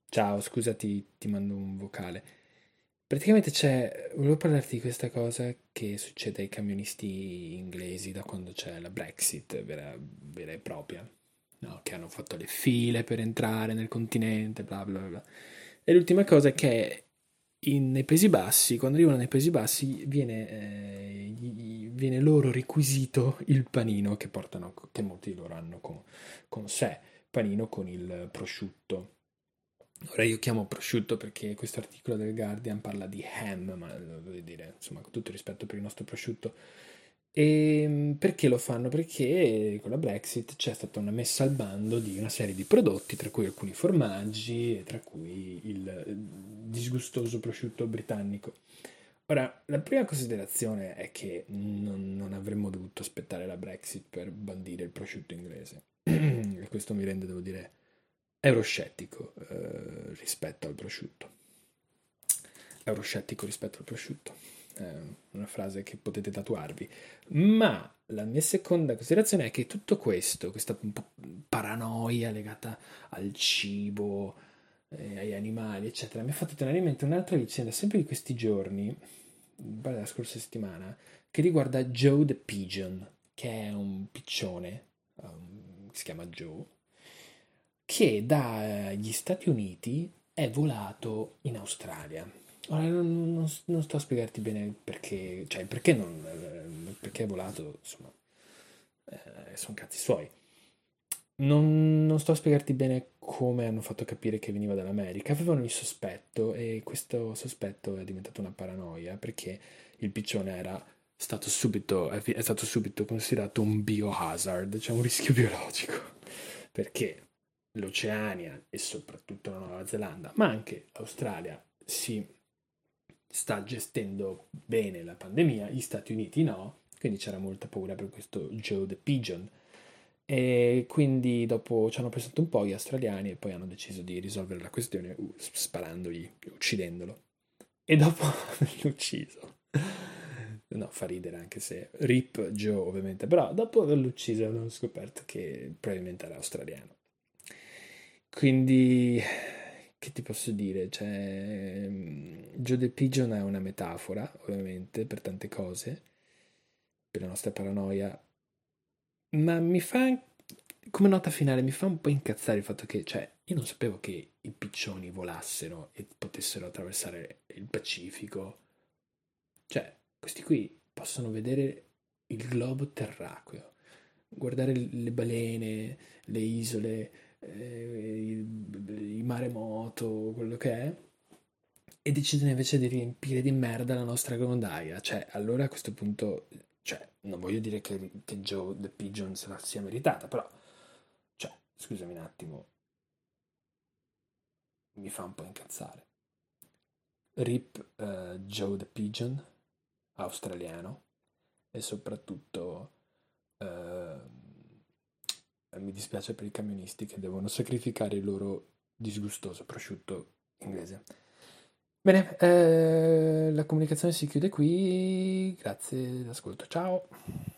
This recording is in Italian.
Ciao, scusa, ti mando un vocale. Praticamente volevo parlarti di questa cosa che succede ai camionisti inglesi da quando c'è la Brexit vera e propria, no? Che hanno fatto le file per entrare nel continente, bla bla bla. E l'ultima cosa è che nei Paesi Bassi, quando arrivano nei Paesi Bassi, viene loro requisito il panino che portano, che molti di loro hanno con sé, panino con il prosciutto. Ora io chiamo prosciutto perché questo articolo del Guardian parla di ham, ma voglio dire, insomma, con tutto il rispetto per il nostro prosciutto. E perché lo fanno? Perché con la Brexit c'è stata una messa al bando di una serie di prodotti, tra cui alcuni formaggi, e tra cui il disgustoso prosciutto britannico. Ora, la prima considerazione è che non avremmo dovuto aspettare la Brexit per bandire il prosciutto inglese. E questo mi rende, devo dire, euroscettico rispetto al prosciutto. Euroscettico rispetto al prosciutto. È una frase che potete tatuarvi. Ma la mia seconda considerazione è che tutto questo, questa un po' paranoia legata al cibo, agli animali, eccetera, mi ha fatto tenere in mente un'altra vicenda, sempre di questi giorni, della scorsa settimana, che riguarda Joe the Pigeon, che è un piccione, che si chiama Joe, che dagli Stati Uniti è volato in Australia. Ora non sto a spiegarti bene il perché, cioè il perché non, perché è volato, insomma, sono cazzi suoi. Non sto a spiegarti bene come hanno fatto capire che veniva dall'America. Avevano il sospetto e questo sospetto è diventato una paranoia perché il piccione è stato subito considerato un biohazard, cioè un rischio biologico. Perché l'Oceania e soprattutto la Nuova Zelanda, ma anche l'Australia si sta gestendo bene la pandemia, gli Stati Uniti no, quindi c'era molta paura per questo Joe the Pigeon. E quindi dopo ci hanno pensato un po' gli australiani e poi hanno deciso di risolvere la questione sparandogli, uccidendolo. E dopo l'hanno ucciso. No, fa ridere anche se Rip Joe ovviamente, però dopo averlo ucciso hanno scoperto che probabilmente era australiano. Quindi, che ti posso dire? Cioè, Joe the Pigeon è una metafora, ovviamente, per tante cose, per la nostra paranoia, ma come nota finale, mi fa un po' incazzare il fatto che, cioè, io non sapevo che i piccioni volassero e potessero attraversare il Pacifico. Cioè, questi qui possono vedere il globo terracqueo, guardare le balene, le isole, i maremoto, quello che è, e decidono invece di riempire di merda la nostra grondaia. Cioè, allora a questo punto, cioè, non voglio dire che Joe the Pigeon se la sia meritata, però, cioè, scusami un attimo, mi fa un po' incazzare. Rip Joe the Pigeon, australiano, e soprattutto eh, mi dispiace per i camionisti che devono sacrificare il loro disgustoso prosciutto inglese. Bene, la comunicazione si chiude qui, grazie dell'ascolto, ciao!